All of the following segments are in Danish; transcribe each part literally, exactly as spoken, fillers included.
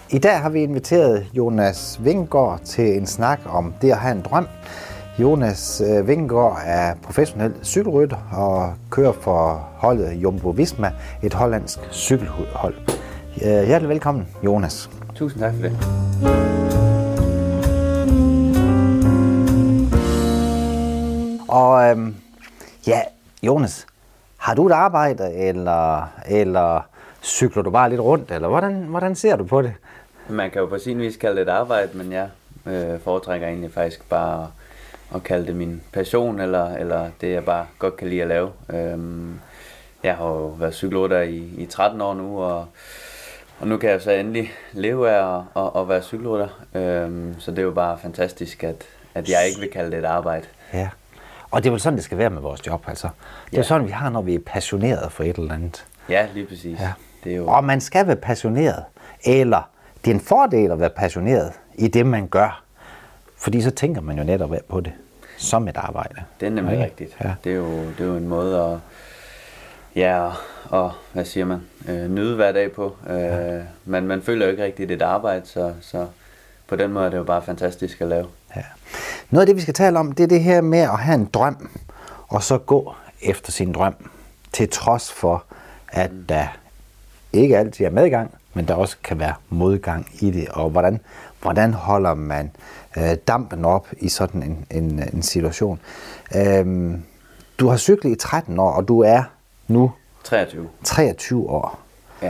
I dag har vi inviteret Jonas Vingegaard til en snak om det at have en drøm. Jonas Vingegaard er professionel cykelrytter og kører for holdet Jumbo Visma, et hollandsk cykelhold. Hjertelig velkommen, Jonas. Tusind tak for det. Og øhm, ja, Jonas, har du et arbejde, eller, eller cykler du bare lidt rundt, eller hvordan, hvordan ser du på det? Man kan jo på sin vis kalde det et arbejde, men jeg øh, foretrækker egentlig faktisk bare at, at kalde det min passion, eller, eller det jeg bare godt kan lide at lave. Øhm, jeg har jo været cykelrytter i, i tretten år nu, og, og nu kan jeg så endelig leve af at, at, at være cykelrytter. Øhm, så det er jo bare fantastisk, at, at jeg ikke vil kalde det et arbejde. Ja. Og det er vel sådan, det skal være med vores job, altså. Det er ja. sådan, vi har, når vi er passionerede for et eller andet. Ja, lige præcis. Ja. Det er jo... Og man skal være passioneret, eller det er en fordel at være passioneret i det, man gør. Fordi så tænker man jo netop på det som et arbejde. Det er nemlig ja. rigtigt. Ja. Det, er jo, det er jo en måde at, ja, og, og hvad siger man, øh, nyde hver dag på. Øh, ja. man, man føler jo ikke rigtigt et arbejde, så, så på den måde er det jo bare fantastisk at lave. Ja. Noget af det, vi skal tale om, det er det her med at have en drøm, og så gå efter sin drøm, til trods for, at mm. der ikke altid er medgang, men der også kan være modgang i det, og hvordan, hvordan holder man øh, dampen op i sådan en, en, en situation. Øhm, du har cyklet i tretten år, og du er nu treogtyve. treogtyve år. Ja.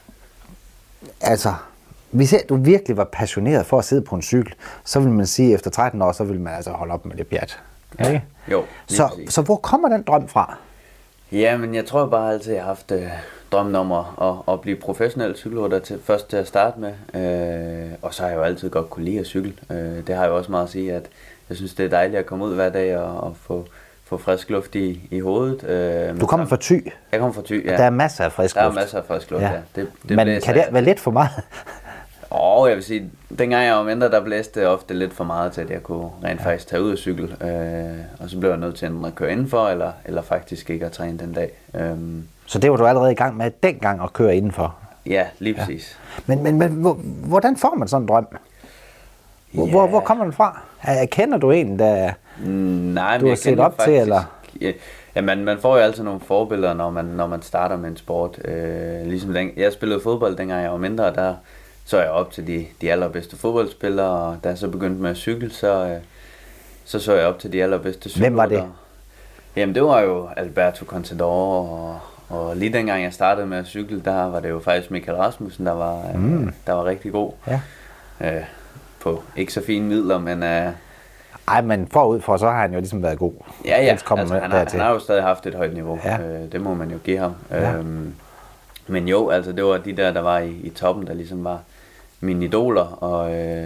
Altså, hvis du virkelig var passioneret for at sidde på en cykel, så vil man sige, at efter tretten år, så vil man altså holde op med det pjat. Ja. Ikke? Jo, så, så hvor kommer den drøm fra? Ja, men jeg tror bare altid, jeg har haft øh, drømmen om at, at, at blive professionel cykelrytter til, først til at starte med. Øh, og så har jeg jo altid godt kunne lide at cykle. Øh, det har jeg jo også meget at sige, at jeg synes, det er dejligt at komme ud hver dag og, og få, få frisk luft i, i hovedet. Øh, du kommer fra Thy? Jeg kommer fra Thy, ja. Der er masser af frisk luft. Der er masser af frisk luft, ja. ja. Det, det men kan det være lidt for meget? Åh, oh, jeg vil sige, dengang jeg var mindre, der blæste det ofte lidt for meget til, at jeg kunne rent ja. faktisk tage ud og cykle. Øh, og så blev jeg nødt til enten at køre indenfor, eller, eller faktisk ikke at træne den dag. Øhm. Så det var du allerede i gang med dengang at køre indenfor? Ja, lige præcis. Ja. Men, men, men hvor, hvordan får man sådan en drøm? Hvor, ja. hvor, hvor kommer den fra? Kender du en, der mm, nej, du har set op faktisk, til? Eller? Ja, ja man, man får jo altid nogle forbilleder, når man, når man starter med en sport. Øh, ligesom den, jeg spillede fodbold, dengang jeg var mindre, og der så er jeg op til de, de allerbedste fodboldspillere, og da jeg så begyndte med at cykle, så, øh, så så jeg op til de allerbedste cykler. Hvem var det? Jamen det var jo Alberto Contador, og, og lige dengang jeg startede med at cykle, der var det jo faktisk Michael Rasmussen, der var, mm. øh, der var rigtig god. Ja. Øh, på ikke så fine midler, men... Øh, Ej, men forud for, så har han jo ligesom været god. Ja, ja, altså, han, har, han har jo stadig haft et højt niveau, ja. øh, det må man jo give ham. Ja. Øhm, men jo, altså det var de der, der var i, i toppen, der ligesom var mine idoler, og, øh,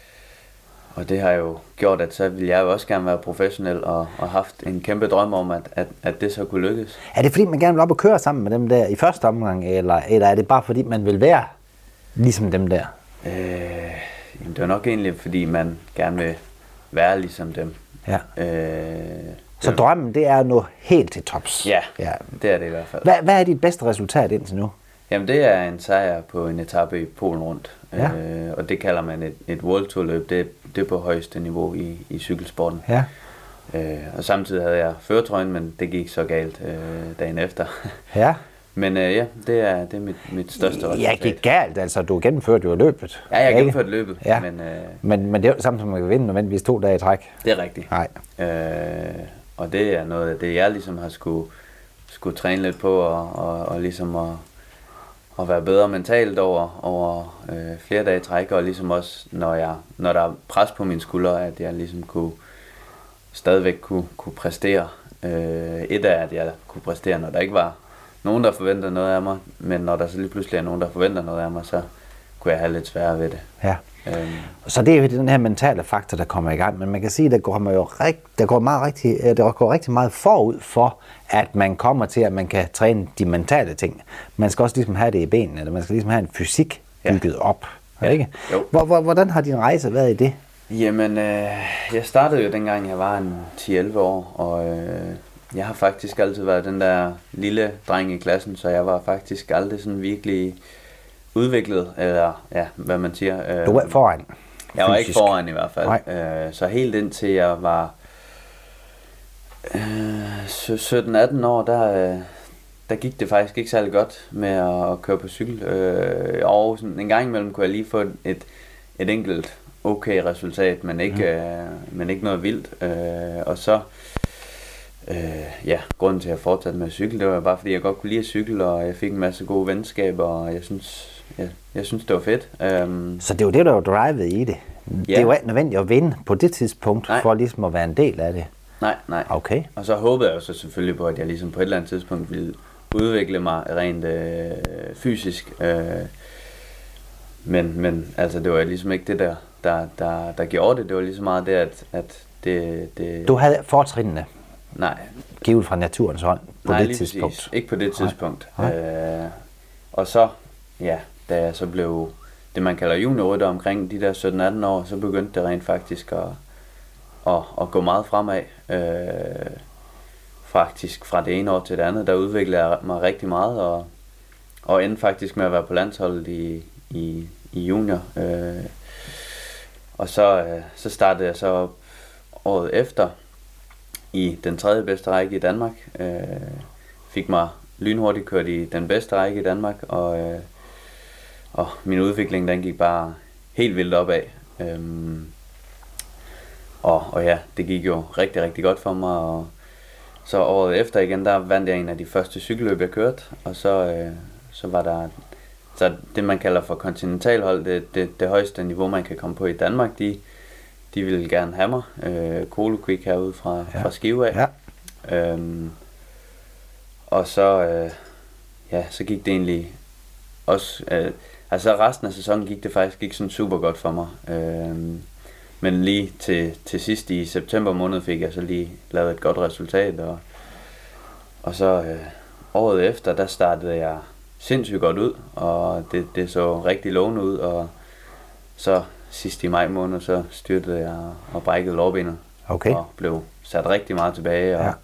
og det har jo gjort, at så ville jeg jo også gerne være professionel, og, og haft en kæmpe drøm om, at, at, at det så kunne lykkes. Er det fordi, man gerne vil op og køre sammen med dem der i første omgang, eller, eller er det bare fordi, man vil være ligesom dem der? Øh, jamen, det er nok egentlig, fordi man gerne vil være ligesom dem. Ja. Øh, så drømmen, det er noget helt til tops? Ja, ja, det er det i hvert fald. Hvad, hvad er dit bedste resultat indtil nu? Jamen det er en sejr på en etape i Polen rundt, ja. øh, og det kalder man et, et World Tour løb, det, det er på højeste niveau i, i cykelsporten. Ja. Øh, og samtidig havde jeg førertrøjen, men det gik så galt øh, dagen efter. Ja. Men øh, ja, det er, det er mit, mit største resultat. Ja, gik galt, altså du gennemførte jo løbet. Ja, jeg gennemførte løbet. Ja. Men, øh, men, men det er jo samt som man kan vinde nødvendigvis to dage i træk. Det er rigtigt. Nej. Øh, og det er noget af det, jeg ligesom har skulle, skulle træne lidt på, og, og, og ligesom at og være bedre mentalt over, over øh, flere dage træk, og ligesom også, når, jeg, når der er pres på mine skuldre, at jeg ligesom kunne stadigvæk kunne, kunne præstere. Øh, et af, at jeg kunne præstere, når der ikke var nogen, der forventer noget af mig, men når der så lige pludselig er nogen, der forventer noget af mig, så kunne jeg have lidt sværere ved det. Ja. Øhm. Så det er jo den her mentale faktor, der kommer i gang, men man kan sige, at der går, jo rigt, der går, meget rigtig, der går rigtig meget forud for, at man kommer til, at man kan træne de mentale ting. Man skal også ligesom have det i benene, eller man skal ligesom have en fysik bygget ja. op. Ja. Ikke? Hvor, hvor, hvordan har din rejse været i det? Jamen, øh, jeg startede jo dengang, jeg var en ti elleve år, og øh, jeg har faktisk altid været den der lille dreng i klassen, så jeg var faktisk aldrig sådan virkelig udviklet, eller ja, hvad man siger. Du var ikke foran? Jeg var ikke foran i hvert fald. Øh, så helt indtil jeg var øh, sytten atten år, der, øh, der gik det faktisk ikke særlig godt med at, at køre på cykel. Øh, og sådan, en gang imellem kunne jeg lige få et, et enkelt okay resultat, men ikke, mm. øh, men ikke noget vildt. Øh, og så, øh, ja, grunden til at jeg fortsatte med at cykle, det var bare fordi jeg godt kunne lide at cykle, og jeg fik en masse gode venskaber, og jeg synes, jeg, jeg synes det var fedt. Um, så det var det, der var drivet i det? Ja. Det var ikke nødvendigt at vinde på det tidspunkt, nej. For ligesom at være en del af det? Nej, nej. Okay. Og så håbede jeg jo så selvfølgelig på, at jeg ligesom på et eller andet tidspunkt ville udvikle mig rent øh, fysisk. Øh, men, men altså, det var ligesom ikke det der, der, der, der gjorde det. Det var ligesom meget det, at, at det, det... Du havde fortrinene? Nej. Givet fra naturens hånd på nej, det tidspunkt? Præcis. Ikke på det tidspunkt. Nej. Øh, og så, ja, da jeg så blev det, man kalder juniorrytter omkring de der sytten atten år, så begyndte det rent faktisk at, at, at gå meget fremad. Øh, faktisk fra det ene år til det andet, der udviklede jeg mig rigtig meget, og, og endte faktisk med at være på landsholdet i, i, i junior. Øh, og så, øh, så startede jeg så op året efter i den tredje bedste række i Danmark. Øh, fik mig lynhurtigt kørt i den bedste række i Danmark, og, øh, og min udvikling, den gik bare helt vildt opad. Øh, og, og ja, det gik jo rigtig, rigtig godt for mig, og så året efter igen, der vandt jeg en af de første cykelløb, jeg kørte, og så, øh, så var der så det, man kalder for kontinentalhold, det, det, det højeste niveau, man kan komme på i Danmark, de, de ville gerne have mig. Øh, Colo Quick herude fra, ja. fra Skive af. Ja. Øhm, og så, øh, ja, så gik det egentlig også, øh, altså resten af sæsonen gik det faktisk ikke sådan super godt for mig. Øh, Men lige til, til sidst i september måned fik jeg så lige lavet et godt resultat, og, og så øh, året efter, der startede jeg sindssygt godt ud, og det, det så rigtig lovende ud, og så sidst i maj måned, så styrtede jeg og brækkede lårbenet, okay. og blev sat rigtig meget tilbage, og ja,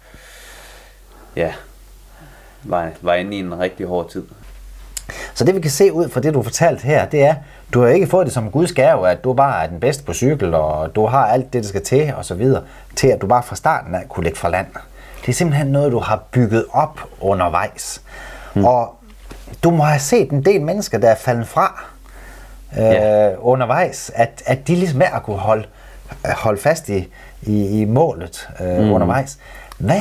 ja var, var inde i en rigtig hård tid. Så det vi kan se ud fra det, du har fortalt her, det er, du har ikke fået det som Guds gave, at du bare er den bedste på cykel, og du har alt det, der skal til, og så videre, til at du bare fra starten af kunne lægge fra land. Det er simpelthen noget, du har bygget op undervejs. Hmm. Og du må have set en del mennesker, der er faldet fra øh, yeah. undervejs, at, at de ligesom er at kunne holde, holde fast i, i, i målet øh, hmm. undervejs. Hvad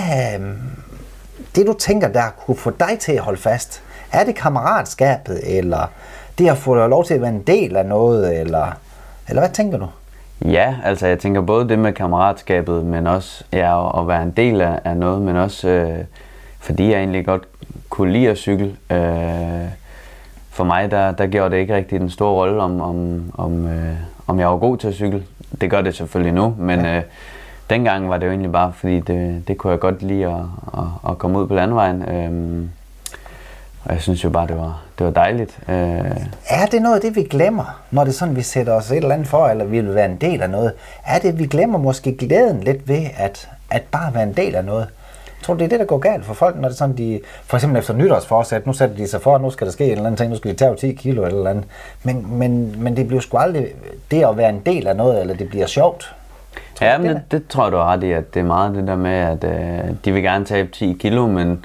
det, du tænker, der kunne få dig til at holde fast, er det kammeratskabet, eller det at få lov til at være en del af noget, eller, eller hvad tænker du? Ja, altså jeg tænker både det med kammeratskabet, men også ja, at være en del af, af noget, men også øh, fordi jeg egentlig godt kunne lide at cykle. Øh, for mig, der, der gjorde det ikke rigtig den store rolle, om, om, om, øh, om jeg var god til at cykle. Det gør det selvfølgelig nu, men ja. øh, dengang var det jo egentlig bare, fordi det, det kunne jeg godt lide at, at, at komme ud på landvejen. Øh, Og jeg synes jo bare, det var, det var dejligt. Øh... Er det noget af det, vi glemmer, når det er sådan, vi sætter os et eller andet for, eller vi vil være en del af noget? Er det, vi glemmer måske glæden lidt ved, at, at bare være en del af noget? Jeg tror, det er det, der går galt for folk, når det er sådan, de for eksempel efter nytårsforsæt, nu sætter de sig for, at nu skal der ske en eller anden ting, nu skal de tage ti kilo eller andet. Men, men, men det bliver sgu aldrig det at være en del af noget, eller det bliver sjovt. Tror ja, men det, det tror jeg, du har ret i, at det er meget det der med, at øh, de vil gerne tabe ti kilo, men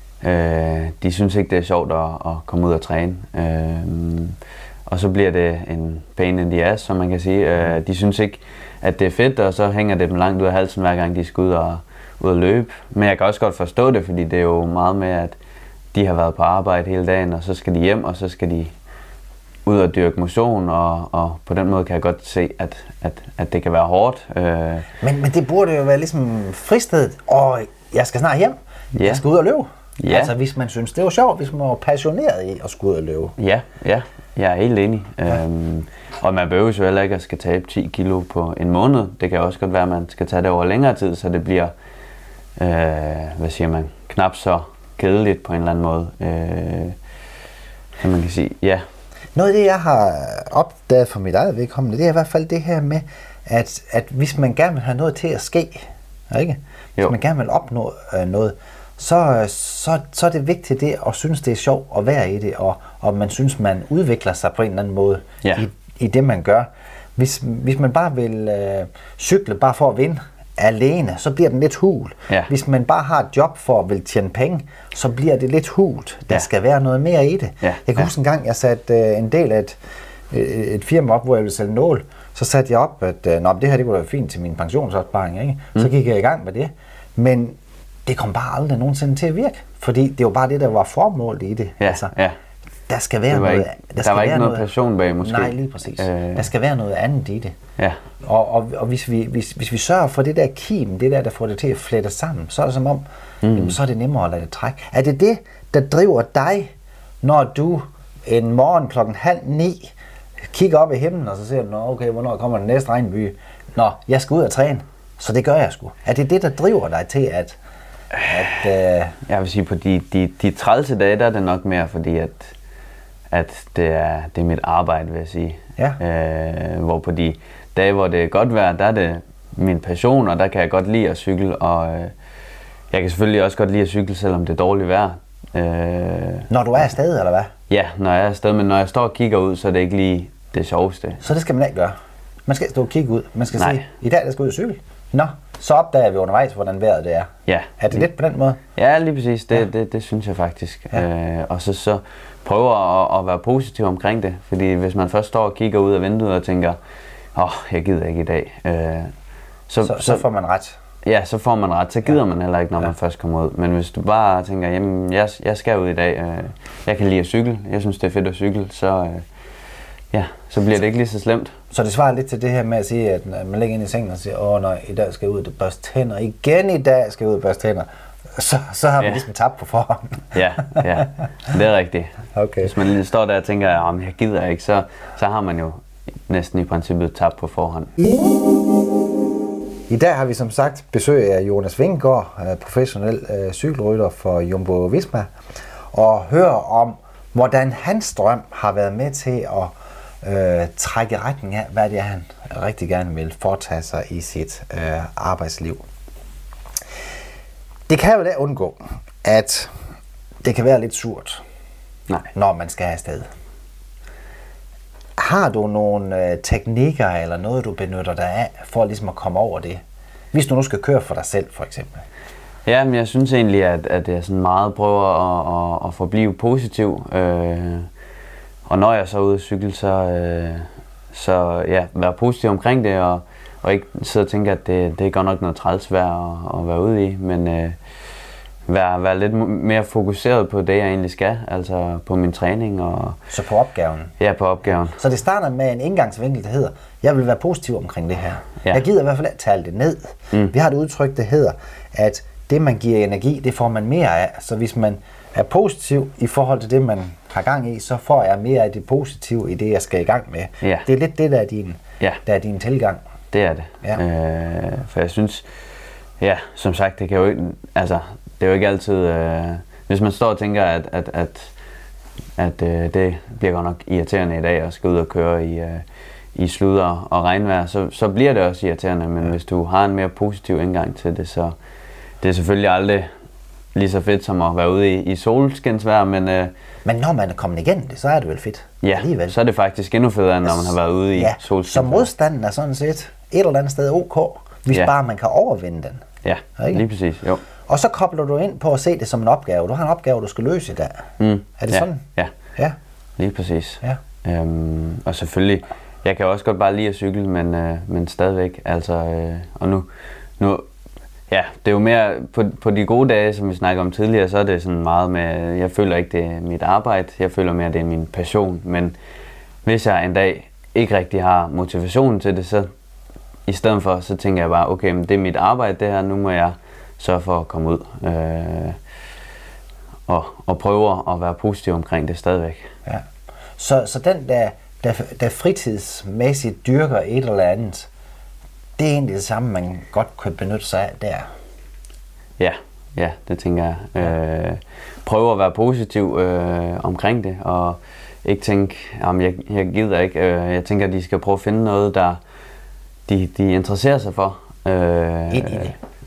Øh, de synes ikke, det er sjovt at, at komme ud og træne. Øh, og så bliver det en pain in the ass, som man kan sige. Øh, de synes ikke, at det er fedt, og så hænger det dem langt ud af halsen, hver gang de skal ud og, ud og løbe. Men jeg kan også godt forstå det, fordi det er jo meget med, at de har været på arbejde hele dagen, og så skal de hjem, og så skal de ud og dyrke motion, og, og på den måde kan jeg godt se, at, at, at det kan være hårdt. Øh. Men, men det burde jo være ligesom fristedet, og jeg skal snart hjem, yeah. jeg skal ud og løbe. Ja. Altså hvis man synes, det var sjovt, hvis man var passioneret i at skulle ud og løbe. Ja, ja, jeg er helt enig. Ja. Øhm, og man behøver jo heller ikke at skal tabe ti kilo på en måned. Det kan også godt være, at man skal tage det over længere tid, så det bliver, øh, hvad siger man, knap så kedeligt på en eller anden måde. Øh, så man kan sige, ja. Noget af det, jeg har opdaget for mit eget vedkommende, det er i hvert fald det her med, at, at hvis man gerne vil have noget til at ske, ikke? Hvis jo. man gerne vil opnå øh, noget, så, så, så er det vigtigt det at synes, det er sjovt at være i det, og, og man synes, man udvikler sig på en eller anden måde ja. i, i det, man gør. Hvis, hvis man bare vil øh, cykle bare for at vinde alene, så bliver den lidt hul. Ja. Hvis man bare har et job for at vil tjene penge, så bliver det lidt hult. Der ja. skal være noget mere i det. Ja. Jeg kan ja. huske en gang, jeg satte øh, en del af et, et, et firma op, hvor jeg ville sælge nål. Så satte jeg op, at øh, Nå, det her det kunne være fint til min pensionsopsparing. Ikke? Mm. Så gik jeg i gang med det. Men det kom bare aldrig nogensinde til at virke. Fordi det var bare det, der var formålet i det. Ja. Altså, ja. Der skal være noget. Ikke, der, der skal var ikke være noget passion bag, måske. Nej, lige præcis. Øh. Der skal være noget andet i det. Ja. Og, og, og hvis, vi, hvis, hvis vi sørger for det der kim, det der, der får det til at flette sammen, så er det som om, mm. jamen, så er det nemmere at lade det trække. Er det det, der driver dig, når du en morgen klokken halv ni kigger op i himlen, og så siger du, okay, hvornår kommer den næste regnby? Nå, jeg skal ud og træne, så det gør jeg sgu. Er det det, der driver dig til, at... at øh... Jeg vil sige, på de, de, de trælse dage, der er det nok mere, fordi at, at det, er, det er mit arbejde, vil jeg sige. Ja. Øh, hvor på de dage, hvor det er godt vejr, der er det min passion, og der kan jeg godt lide at cykle, og øh, jeg kan selvfølgelig også godt lide at cykle, selvom det er dårligt vejr. Øh, når du er afsted, eller hvad? Ja, når jeg er afsted, men når jeg står og kigger ud, så er det ikke lige det sjoveste. Så det skal man ikke gøre. Man skal stå og kigge ud. Man skal Nej. sige, i dag der skal ud og cykle. Nå, så opdager vi undervejs, hvordan vejret det er. Ja. Er det lidt på den måde? Ja, lige præcis. Det, ja. det, det, det synes jeg faktisk. Ja. Øh, og så, så prøver at, at være positiv omkring det. Fordi hvis man først står og kigger ud af vinduet og tænker, åh, oh, jeg gider ikke i dag. Øh, så, så, så får man ret. Ja, så får man ret. Så gider ja. man heller ikke, når ja. man først kommer ud. Men hvis du bare tænker, jamen, jeg, jeg skal ud i dag. Øh, jeg kan lide at cykle. Jeg synes, det er fedt at cykle. Så, øh, ja, så bliver det ikke lige så slemt. Så det svarer lidt til det her med at sige, at man ligger ind i sengen og siger, åh nej, i dag skal jeg ud og børste tænder. Igen i dag skal jeg ud og børste tænder. Så, så har man ja. ligesom tabt på forhånd. Ja, ja, det er rigtigt. Okay. Hvis man lige står der og tænker, at jeg gider ikke, så, så har man jo næsten i princippet tabt på forhånd. I dag har vi som sagt besøg af Jonas Vingegaard, professionel øh, cykelrytter for Jumbo Visma, og hører om, hvordan hans drøm har været med til at øh, trække retning af, hvad det er, han rigtig gerne vil foretage sig i sit øh, arbejdsliv. Det kan jo da undgå, at det kan være lidt surt, Nej. når man skal afsted. Har du nogle øh, teknikker eller noget, du benytter dig af, for ligesom at komme over det? Hvis du nu skal køre for dig selv, for eksempel. Ja, men jeg synes egentlig, at, at jeg sådan meget prøver at, at, at forblive positiv. Øh, og når jeg så er ude at cykle, så, øh, så ja, være positiv omkring det, og, og ikke sidde og tænke, at det, det er godt nok noget træls værd at, at være ude i, men øh, være, være lidt mere fokuseret på det, jeg egentlig skal, altså på min træning. Og, så på opgaven? Ja, på opgaven. Så det starter med en indgangsvinkel, der hedder, jeg vil være positiv omkring det her. Ja. Jeg gider i hvert fald at tale det ned. Mm. Vi har et udtryk, der hedder, at det, man giver energi, det får man mere af. Så hvis man er positiv i forhold til det, man har gang i, så får jeg mere af det positive i det, jeg skal i gang med. Ja. Det er lidt det, der er din, ja. der er din tilgang. Det er det. Ja. Øh, for jeg synes, ja, som sagt, det kan jo ikke, altså, det er jo ikke altid, øh, hvis man står og tænker, at, at, at, at øh, det bliver godt nok irriterende i dag at skal ud og køre i, øh, i sludder og regnvejr, så, så bliver det også irriterende, men ja. hvis du har en mere positiv indgang til det, så det er selvfølgelig aldrig lige så fedt som at være ude i, i solskinsvejr, men... Øh, men når man er kommet igennem det, så er det vel fedt? Ja, alligevel. Så er det faktisk endnu federe, end når man har været ude i ja, solskinsvejr. Så modstanden er sådan set et eller andet sted ok, hvis ja. bare man kan overvinde den. Ja, ikke? Lige præcis, jo. Og så kobler du ind på at se det som en opgave. Du har en opgave, du skal løse i dag. Mm. Er det ja. sådan? Ja, ja, lige præcis. Ja. Øhm, og selvfølgelig, jeg kan også godt bare lide at cykle, men, øh, men stadigvæk, altså, øh, og nu, nu, ja, det er jo mere, på, på de gode dage, som vi snakkede om tidligere, så er det sådan meget med, jeg føler ikke, det er mit arbejde, jeg føler mere, det er min passion, men hvis jeg en dag ikke rigtig har motivationen til det, så i stedet for, så tænker jeg bare, okay, men det er mit arbejde det her, nu må jeg sørge for at komme ud øh, og, og prøve at være positiv omkring det stadigvæk. Ja. Så, så den, der, der, der fritidsmæssigt dyrker et eller andet, det er egentlig det samme, man godt kan benytte sig af der? Ja, ja, det tænker jeg. Ja. Øh, prøve at være positiv øh, omkring det, og ikke tænke, jamen jeg, jeg gider ikke. Øh, jeg tænker, at de skal prøve at finde noget, der de, de interesserer sig for. Øh, ind i det.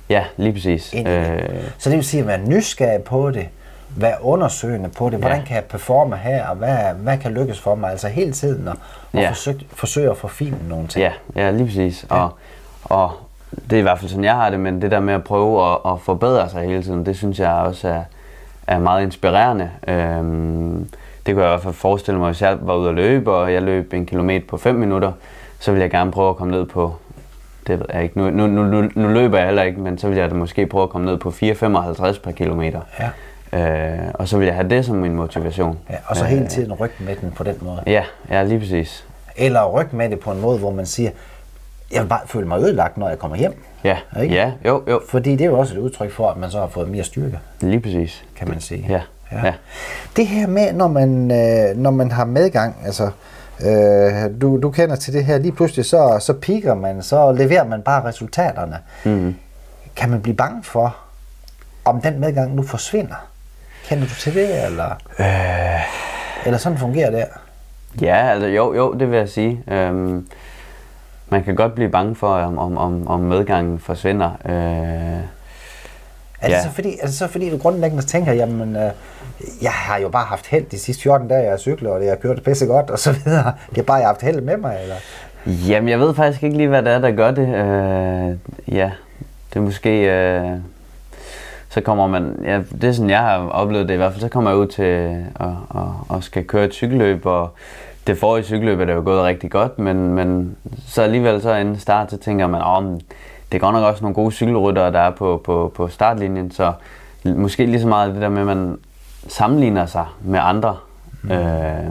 Ja, lige præcis. Øh... Så det vil sige at være nysgerrig på det, være undersøgende på det, hvordan ja. kan jeg performe her, og hvad, hvad kan lykkes for mig, altså hele tiden, og, og ja. forsøge, forsøge at forfine nogle ting. Ja, ja lige præcis. Ja. Og, og det er i hvert fald sådan, jeg har det, men det der med at prøve at, at forbedre sig hele tiden, det synes jeg også er, er meget inspirerende. Øhm, det kunne jeg i hvert fald forestille mig, hvis jeg var ude at løbe, og jeg løb en kilometer på fem minutter, så ville jeg gerne prøve at komme ned på, det ved jeg ikke, nu, nu, nu, nu løber jeg heller ikke, men så ville jeg da måske prøve at komme ned på fire komma femoghalvtreds per kilometer. Ja. Øh, og så vil jeg have det som min motivation. Ja, og så øh, hele tiden rykke med den på den måde. Ja, ja, lige præcis. Eller rykke med det på en måde, hvor man siger, jeg vil bare føle mig ødelagt, når jeg kommer hjem. Ja, ikke? Ja, jo, jo. Fordi det er jo også et udtryk for, at man så har fået mere styrke. Lige præcis. Kan man sige. Ja, ja. ja. Det her med, når man, øh, når man har medgang, altså, øh, du, du kender til det her, lige pludselig så, så piker man, så leverer man bare resultaterne. Mm-hmm. Kan man blive bange for, om den medgang nu forsvinder? Kender du til det, eller, øh... eller sådan fungerer det? Ja, altså jo, jo, det vil jeg sige. Øhm, man kan godt blive bange for, om, om, om, om medgangen forsvinder. Øh, er, det ja. så fordi, er det så fordi, du grundlæggende tænker, jamen, øh, jeg har jo bare haft held de sidste fjorten dage, jeg har cyklet, og det har kørt pisse godt, og så videre. Det er bare, jeg har haft held med mig, eller? Jamen, jeg ved faktisk ikke lige, hvad det er, der gør det. Øh, ja, det er måske... Øh, så kommer man, ja, det er sådan, jeg har oplevet det i hvert fald, så kommer jeg ud til at, at, at skal køre et cykelløb, og det forrige cykelløb er det jo gået rigtig godt, men, men så alligevel så inden start, så tænker man, åh, det er godt nok også nogle gode cykelryttere, der er på, på, på startlinjen, så måske lige så meget det der med, at man sammenligner sig med andre, mm. øh,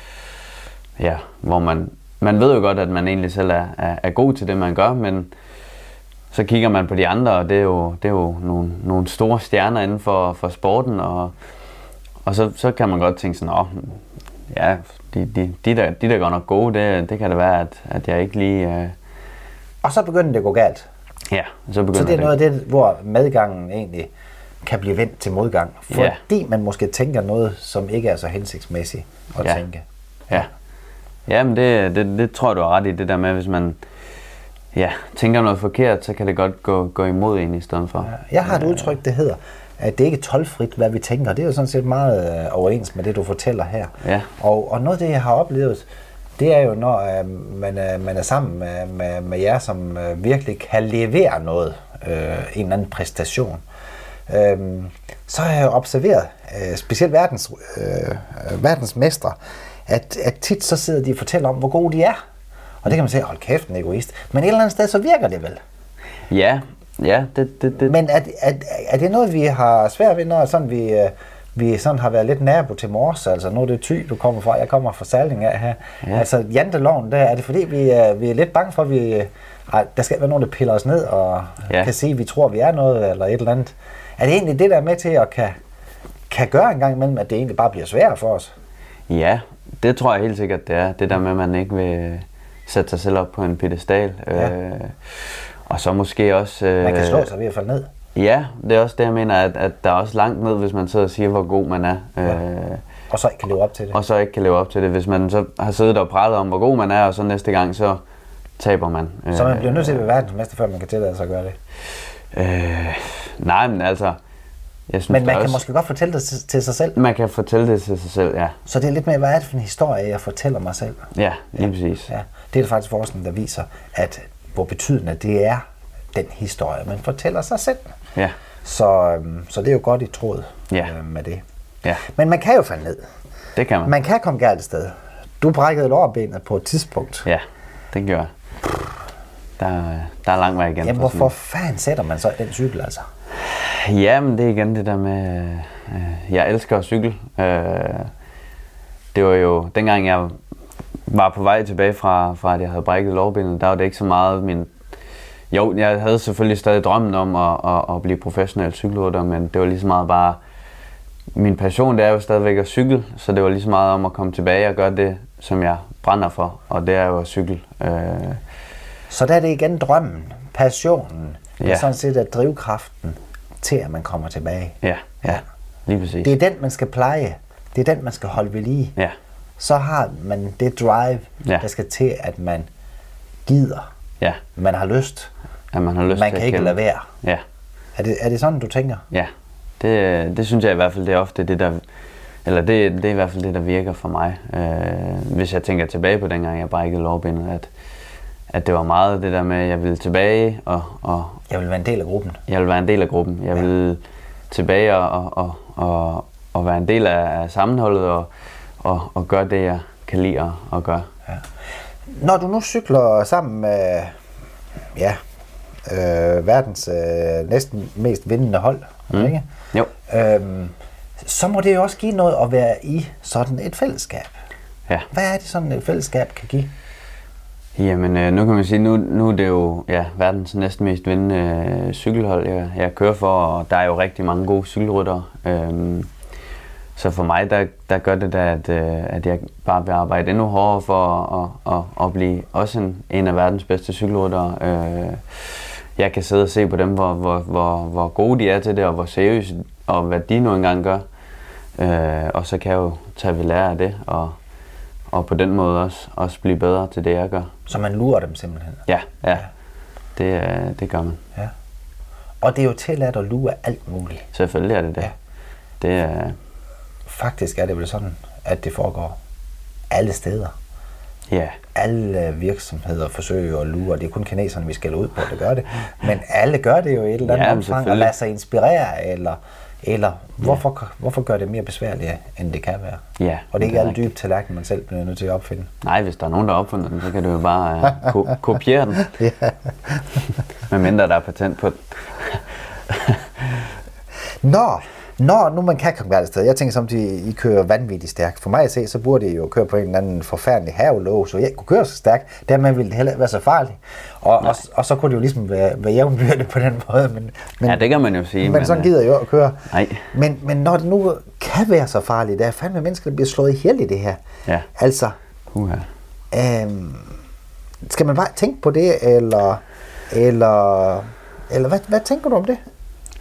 ja, hvor man, man ved jo godt, at man egentlig selv er, er, er god til det, man gør, men så kigger man på de andre, og det er jo, det er jo nogle, nogle store stjerner inden for, for sporten, og, og så, så kan man godt tænke sådan, åh, ja, de, de, de, der, de der går nok gode, det, det kan det være, at, at jeg ikke lige... Øh... Og så begynder det at gå galt. Ja, så begynder Så det er det noget af det, hvor medgangen egentlig kan blive vendt til modgang, fordi ja. man måske tænker noget, som ikke er så hensigtsmæssigt at ja. tænke. Ja, ja men det, det, det tror jeg, du har ret i, det der med, hvis man... Ja, tænker noget forkert, så kan det godt gå, gå imod en i stedet for. Ja, jeg har et udtryk, det hedder, at det ikke er toldfrit, hvad vi tænker. Det er jo sådan set meget øh, overens med det, du fortæller her. Ja. Og, og noget af det, jeg har oplevet, det er jo, når øh, man, øh, man er sammen med, med, med jer, som øh, virkelig kan levere noget, øh, en eller anden præstation. Øh, så har jeg observeret, øh, specielt verdens, øh, verdensmestre, at, at tit så sidder de og fortæller om, hvor gode de er. Og det kan man sige, hold kæft, en egoist. Men et eller andet sted, så virker det vel? Ja, ja, det... det, det. Men er, er, er det noget, vi har svært ved, når sådan, vi, vi sådan har været lidt nabo til Mors? Altså, nu er det Thy, du kommer fra. Jeg kommer fra Salling af her. Ja. Altså, janteloven, der er det fordi, vi er, vi er lidt bange for, at vi... Ej, der skal være nogen, der piller os ned og ja. kan sige, at vi tror, vi er noget, eller et eller andet. Er det egentlig det, der er med til at kan, kan gøre en gang imellem, at det egentlig bare bliver sværere for os? Ja, det tror jeg helt sikkert, det er. Det der med, at man ikke vil... sætte sig selv op på en pedestal. Ja. Øh, og så måske også... Øh, man kan slå sig ved at falde ned. Ja, det er også det, jeg mener, at, at der er også langt ned, hvis man sidder og siger, hvor god man er. Ja. Øh, og så ikke kan leve op til det. Og så ikke kan leve op til det. Hvis man så har siddet og pralet om, hvor god man er, og så næste gang, så taber man. Så man bliver nødt til at være verdensmester, før man kan tillade sig at gøre det? Øh, nej, men altså... Jeg synes, men man kan også, måske godt fortælle det til, til sig selv? Man kan fortælle det til sig selv, ja. Så det er lidt mere, hvad er det for en historie, jeg fortæller mig selv? Ja, lige ja. præcis. Ja. Det er det faktisk forskning, der viser, at hvor betydende det er, den historie, man fortæller sig selv. Ja. Så, øhm, så det er jo godt i tråd ja. øh, med det. Ja. Men man kan jo falde ned. Det kan man. Man kan komme galt et sted. Du brækkede lårbenet på et tidspunkt. Ja, det gør jeg. Der, der er lang vej igen. Jamen, hvorfor fanden sætter man så den cykel, altså? Jamen, det er igen det der med, øh, jeg elsker at cykle. Øh, det var jo, dengang jeg var på vej tilbage fra, fra at jeg havde brækket lårbenet, der var det ikke så meget min... Jo, jeg havde selvfølgelig stadig drømmen om at, at, at blive professionel cykelrytter, men det var lige så meget bare... Min passion, det er jo stadigvæk at cykle, så det var lige så meget om at komme tilbage og gøre det, som jeg brænder for, og det er jo at cykle. Øh, Så der er det igen drømmen, passionen, ja. sådan set er drivkraften til, at man kommer tilbage. Ja, ja, lige præcis. Det er den, man skal pleje. Det er den, man skal holde ved lige. Ja. Så har man det drive, ja. der skal til, at man gider. Ja. Man har lyst. Ja, man har lyst man til kan ikke lade være. Ja. Er det, er det sådan, du tænker? Ja, det, det synes jeg i hvert fald, det er ofte det, der... Eller det, det er i hvert fald det, der virker for mig. Øh, hvis jeg tænker tilbage på dengang, jeg brækkede lårbenet, at, at det var meget det der med, at jeg ville tilbage og... og jeg vil være en del af gruppen. Jeg vil være en del af gruppen. Jeg ja. vil tilbage og, og, og, og være en del af, af sammenholdet og, og, og gøre det, jeg kan lide at, at gøre. Ja. Når du nu cykler sammen med ja, øh, verdens øh, næsten mest vindende hold, mm. ikke? Jo. Øhm, så må det jo også give noget at være i sådan et fællesskab. Ja. Hvad er det sådan et fællesskab kan give? Jamen, øh, nu kan man sige, nu, nu er det jo ja, verdens næsten mest vindende øh, cykelhold, jeg, jeg kører for, og der er jo rigtig mange gode cykelryttere. Øhm, så for mig, der, der gør det da, at, øh, at jeg bare vil arbejde endnu hårdere for at, at, at blive også en, en af verdens bedste cykelryttere. Øh, jeg kan sidde og se på dem, hvor, hvor, hvor, hvor gode de er til det, og hvor seriøse, og hvad de nu engang gør. Øh, og så kan jeg jo tage ved lære af det, og, og på den måde også, også blive bedre til det, jeg gør. Så man lurer dem simpelthen? Ja, ja. ja. Det, det gør man. Ja. Og det er jo tilladt at lure alt muligt. Selvfølgelig er det det. Ja. Det er... Faktisk er det vel sådan, at det foregår alle steder. Ja. Alle virksomheder forsøger at lure, det er kun kineserne, vi skal ud på, det gør det. Men alle gør det jo i et eller andet ja, omfang, og lader sig inspirere, eller, eller hvorfor, ja. hvorfor gør det mere besværligt, end det kan være? Ja, og det er ikke alle dybe tallerkener, man selv bliver nødt til at opfinde. Nej, hvis der er nogen, der har opfundet den, så kan du jo bare uh, ko- kopiere den. Ja. Med mindre der er patent på den. Nå, Når nu man kan komme et sted, jeg tænker samtidig, I kører vanvittigt stærkt. For mig at se, så burde I jo køre på en eller anden forfærdelig havelåg, så jeg kunne køre så stærkt, dermed ville det heller ikke være så farligt. Og, og, og så kunne det jo ligesom være, være jævnbyrdigt på den måde. Men, men, ja, det kan man jo sige. Men, men sådan gider jeg jo at køre. Nej. Men, men når det nu kan være så farligt, der er fandme mennesker, der bliver slået ihjel i det her. Ja. Altså, uh-huh. øhm, skal man bare tænke på det, eller, eller, eller hvad, hvad tænker du om det?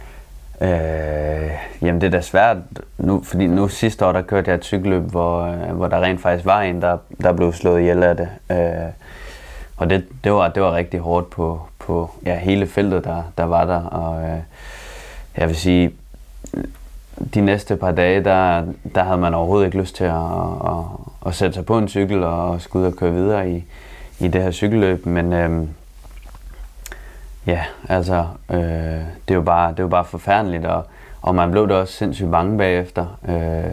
Øh, jamen det er da svært nu, fordi nu sidste år der kørte jeg et cykelløb, hvor, hvor der rent faktisk var en, der, der blev slået ihjel af det. Øh, og det, det, var, det var rigtig hårdt på, på ja, hele feltet, der, der var der. Og øh, jeg vil sige, de næste par dage, der, der havde man overhovedet ikke lyst til at, at, at sætte sig på en cykel og skulle ud og køre videre i, i det her cykelløb. Men øh, ja, altså, øh, det, er jo bare, det er jo bare forfærdeligt, og, og man blev da også sindssygt bange bagefter. Øh,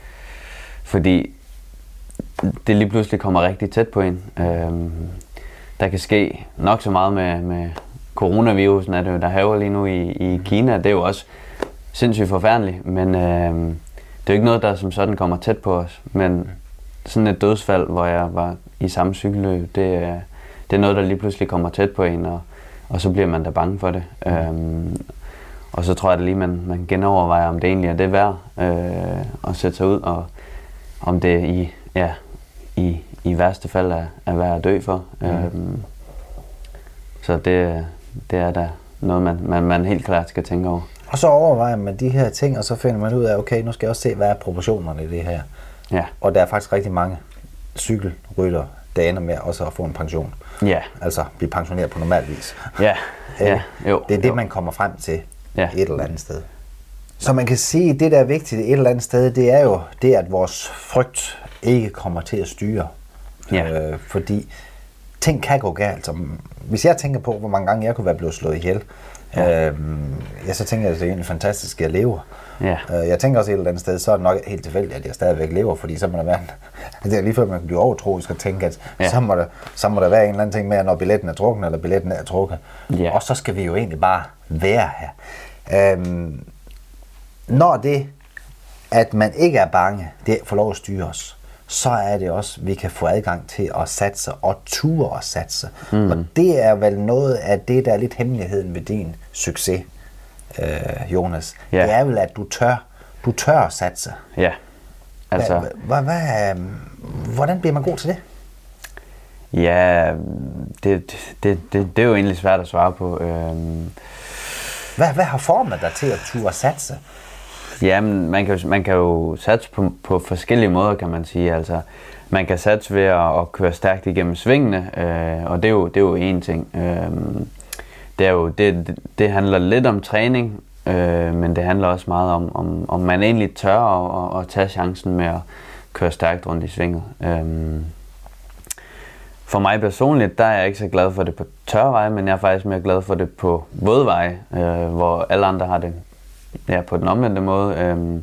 fordi det lige pludselig kommer rigtig tæt på en. Øh, der kan ske nok så meget med, med coronavirusen, er det jo, der haver lige nu i, i Kina. Det er jo også sindssygt forfærdeligt, men øh, det er jo ikke noget, der som sådan kommer tæt på os. Men sådan et dødsfald, hvor jeg var i samme cykelløb, det, det er noget, der lige pludselig kommer tæt på en, og Og så bliver man da bange for det. Mm. Øhm, og så tror jeg da lige, man, man genovervejer, om det egentlig er det værd øh, at sætte sig ud, og om det i, ja, i, i værste fald er, er værd at dø for. Mm. Øhm, så det, det er da noget, man, man, man helt klart skal tænke over. Og så overvejer man de her ting, og så finder man ud af, okay, nu skal jeg også se, hvad er proportionerne i det her. Ja. Og der er faktisk rigtig mange cykelrytter, der ender med også at få en pension. Ja. Altså blive pensioneret på normal vis. Ja, ja, jo. Det er det, jo. man kommer frem til ja. et eller andet sted. Så man kan sige, at det, der er vigtigt et eller andet sted, det er jo det, at vores frygt ikke kommer til at styre. Ja. Øh, fordi ting kan gå galt. Så hvis jeg tænker på, hvor mange gange jeg kunne være blevet slået ihjel, ja. Øh, ja, så tænker jeg, at det er egentlig fantastisk, at jeg lever. Ja. Øh, jeg tænker også et eller andet sted, så er det nok helt tilfældigt, at jeg stadigvæk lever, fordi så må der være, det er lige før man kan blive overtroisk og tænke, at ja. så, må der, så må der være en eller anden ting med, når billetten er trukket, eller billetten er trukket. Ja. Og så skal vi jo egentlig bare være her. Øhm, når det, at man ikke er bange, det får lov at styre os, så er det også, vi kan få adgang til at satse og ture at satse. Mm. Og det er vel noget af det, der er lidt hemmeligheden ved din succes, øh, Jonas. Yeah. Det er vel, at du tør, du tør at satse. Ja, altså... Hva, hva, hva, hvordan bliver man god til det? Ja, det, det, det, det er jo egentlig svært at svare på. Øhm... Hvad, hvad har formet dig til at ture at satse? Jamen, man kan, man kan jo satse på, på forskellige måder, kan man sige. Altså, man kan satse ved at, at køre stærkt igennem svingene, øh, og det er jo, det er jo én ting. Øh, det, er jo, det, det, det handler lidt om træning, øh, men det handler også meget om, om, om man egentlig tør at, at, at tage chancen med at køre stærkt rundt i svinget. Øhm, for mig personligt, der er jeg ikke så glad for det på tørveje, men jeg er faktisk mere glad for det på vådveje, øh, hvor alle andre har det ja, på den omvendte måde. Øhm,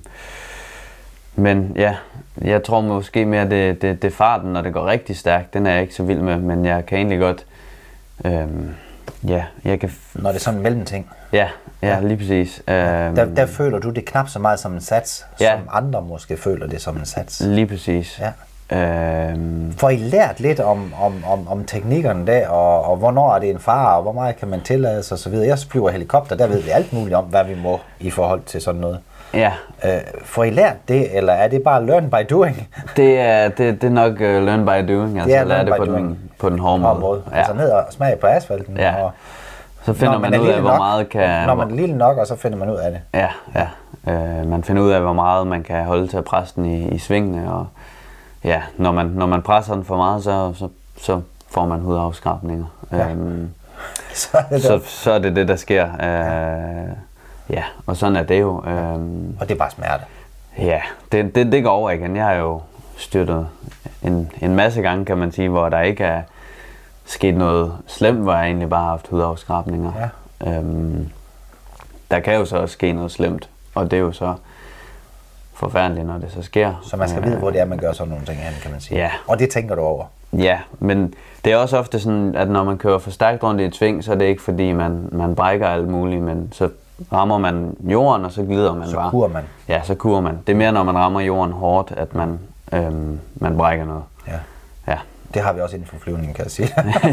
men ja, jeg tror måske mere, det, det, det farten, når det går rigtig stærkt, den er jeg ikke så vild med, men jeg kan egentlig godt... Øhm, ja, jeg kan... Når det er sådan en mellemting. Ja, ja, ja. Lige præcis. Øhm, der, der føler du det knap så meget som en sats, ja. Som andre måske føler det som en sats. Lige præcis. Ja. Øhm, For I lært lidt om, om, om, om teknikkerne der, og, og hvornår er det en fare, og hvor meget kan man tillade sig og så videre. Jeg flyver helikopter, der ved vi alt muligt om, hvad vi må i forhold til sådan noget. Ja. Øh, får I lært det, eller er det bare learn by doing? Det er, det, det er nok uh, learn by doing, altså det lære det på den, på den hårde måde. måde. Ja. Altså ned og smage på asfalten. Ja. Og så finder man, man ud af, hvor nok, meget kan... Når man er lille nok, og så finder man ud af det. Ja, ja. Øh, man finder ud af, hvor meget man kan holde til at presse den i, i svingene, og ja, når man, når man presser den for meget, så, så, så får man hudafskrabninger. Ja. Øhm, så, er det så, så er det det, der sker. Øh, ja, og sådan er det jo. Øhm, og det er bare smerte. Ja, det, det, det går over igen. Jeg har jo styrtet en, en masse gange, kan man sige, hvor der ikke er sket noget slemt, hvor jeg egentlig bare har haft hudafskrabninger. Ja. Øhm, der kan jo så også ske noget slemt, og det er jo så forfærdeligt, når det så sker. Så man skal vide, hvor det er, man gør sådan nogle ting hen, kan man sige. Ja. Og det tænker du over? Ja, men det er også ofte sådan, at når man kører for stærkt rundt i et sving, så er det ikke fordi, man, man brækker alt muligt, men så rammer man jorden, og så glider man så bare. Så kurer man? Ja, så kurer man. Det er mere, når man rammer jorden hårdt, at man, øhm, man brækker noget. Ja. Ja. Det har vi også inden for flyvningen, kan jeg sige.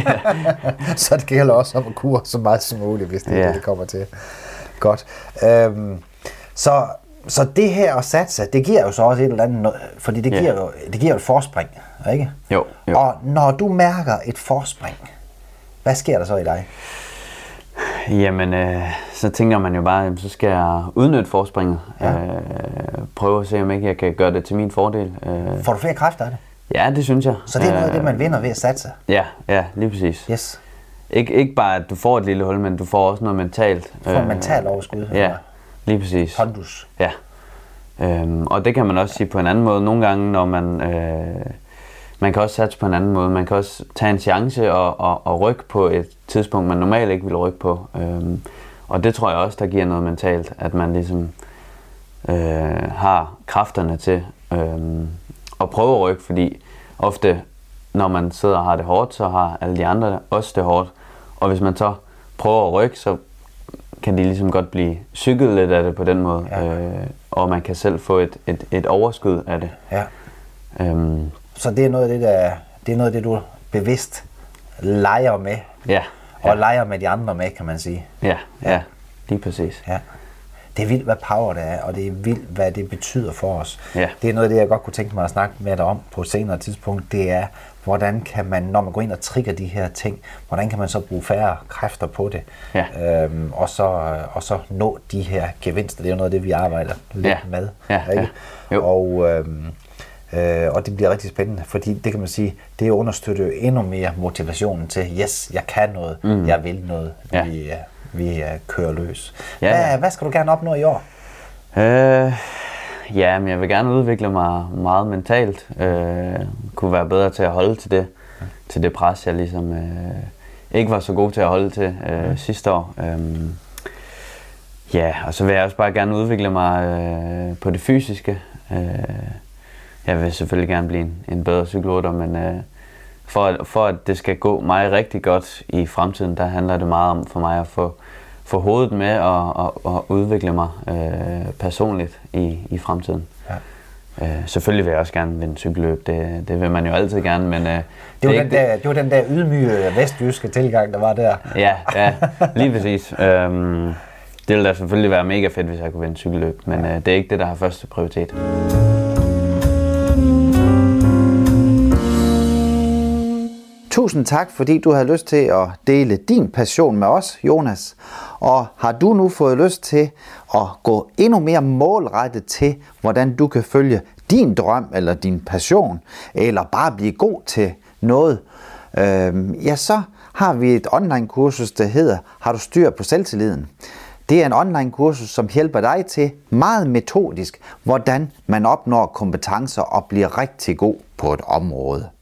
Så det gælder også om at kure så meget som muligt, hvis det er ja. det, det kommer til. Godt. Øhm, så, så det her at satse, det giver jo så også et eller andet, fordi det giver, ja. jo, det giver jo et forspring, ikke? Jo, jo. Og når du mærker et forspring, hvad sker der så i dig? Jamen, øh, så tænker man jo bare, så skal jeg udnytte forspringet. Ja. Øh, prøve at se, om ikke jeg kan gøre det til min fordel. Øh, Får du flere kræfter af det? Ja, det synes jeg. Så det er noget af det, man vinder ved at satse? Ja, ja, lige præcis. Yes. Ik- ikke bare, at du får et lille hul, men du får også noget mentalt. Du får øh, mentalt overskud. Ja, lige præcis. Pondus. Ja. Øhm, og det kan man også sige på en anden måde. Nogle gange, når man... Øh, man kan også satse på en anden måde. Man kan også tage en chance og, og, og rykke på et tidspunkt, man normalt ikke vil rykke på. Øhm, og det tror jeg også, der giver noget mentalt, at man ligesom øh, har kræfterne til øh, at prøve at rykke, fordi ofte, når man sidder og har det hårdt, så har alle de andre også det hårdt. Og hvis man så prøver at rykke, så kan de ligesom godt blive cyklet lidt af det på den måde. Ja. Øh, og man kan selv få et, et, et overskud af det. Ja. Øhm, Så det er noget af det, der, det er noget af det, du bevidst leger med. Ja. Og ja. leger med de andre med, kan man sige. Ja, ja, ja, lige præcis. Ja. Det er vildt, hvad power det er, og det er vildt, hvad det betyder for os. Ja. Det er noget af det, jeg godt kunne tænke mig at snakke med dig om på et senere tidspunkt. Det er, hvordan kan man, når man går ind og trigger de her ting, hvordan kan man så bruge færre kræfter på det, ja. øhm, og, så, og så nå de her gevinster. Det er jo noget af det, vi arbejder lidt ja. med. Ja. Ikke? Ja. Og, øhm, øh, og det bliver rigtig spændende, fordi det kan man sige, det understøtter jo endnu mere motivationen til, yes, jeg kan noget, mm. jeg vil noget, ja. vi, vi kører løs. Ja, hvad, ja. hvad skal du gerne opnå i år? Øh, ja, men jeg vil gerne udvikle mig meget mentalt. Øh, kunne være bedre til at holde til det, mm. til det pres, jeg ligesom øh, ikke var så god til at holde til øh, mm. sidste år. Øh, ja, og så vil jeg også bare gerne udvikle mig øh, på det fysiske. Øh, jeg vil selvfølgelig gerne blive en, en bedre cykelrytter, men øh, for, for at det skal gå mig rigtig godt i fremtiden, der handler det meget om for mig at få få hovedet med og, og, og udvikle mig øh, personligt i, i fremtiden. Ja. Øh, selvfølgelig vil jeg også gerne vinde cykelløb, det, det vil man jo altid gerne, men... Øh, det, var det, den der, det var den der ydmyge vestjyske tilgang, der var der. Ja, ja, lige præcis. øhm, det ville da selvfølgelig være mega fedt, hvis jeg kunne vinde cykelløb, men øh, det er ikke det, der har første prioritet. Tusind tak, fordi du havde lyst til at dele din passion med os, Jonas. Og har du nu fået lyst til at gå endnu mere målrettet til, hvordan du kan følge din drøm eller din passion, eller bare blive god til noget, øh, ja, så har vi et online kursus, der hedder Har du styr på selvtilliden? Det er en online kursus, som hjælper dig til meget metodisk, hvordan man opnår kompetencer og bliver rigtig god på et område.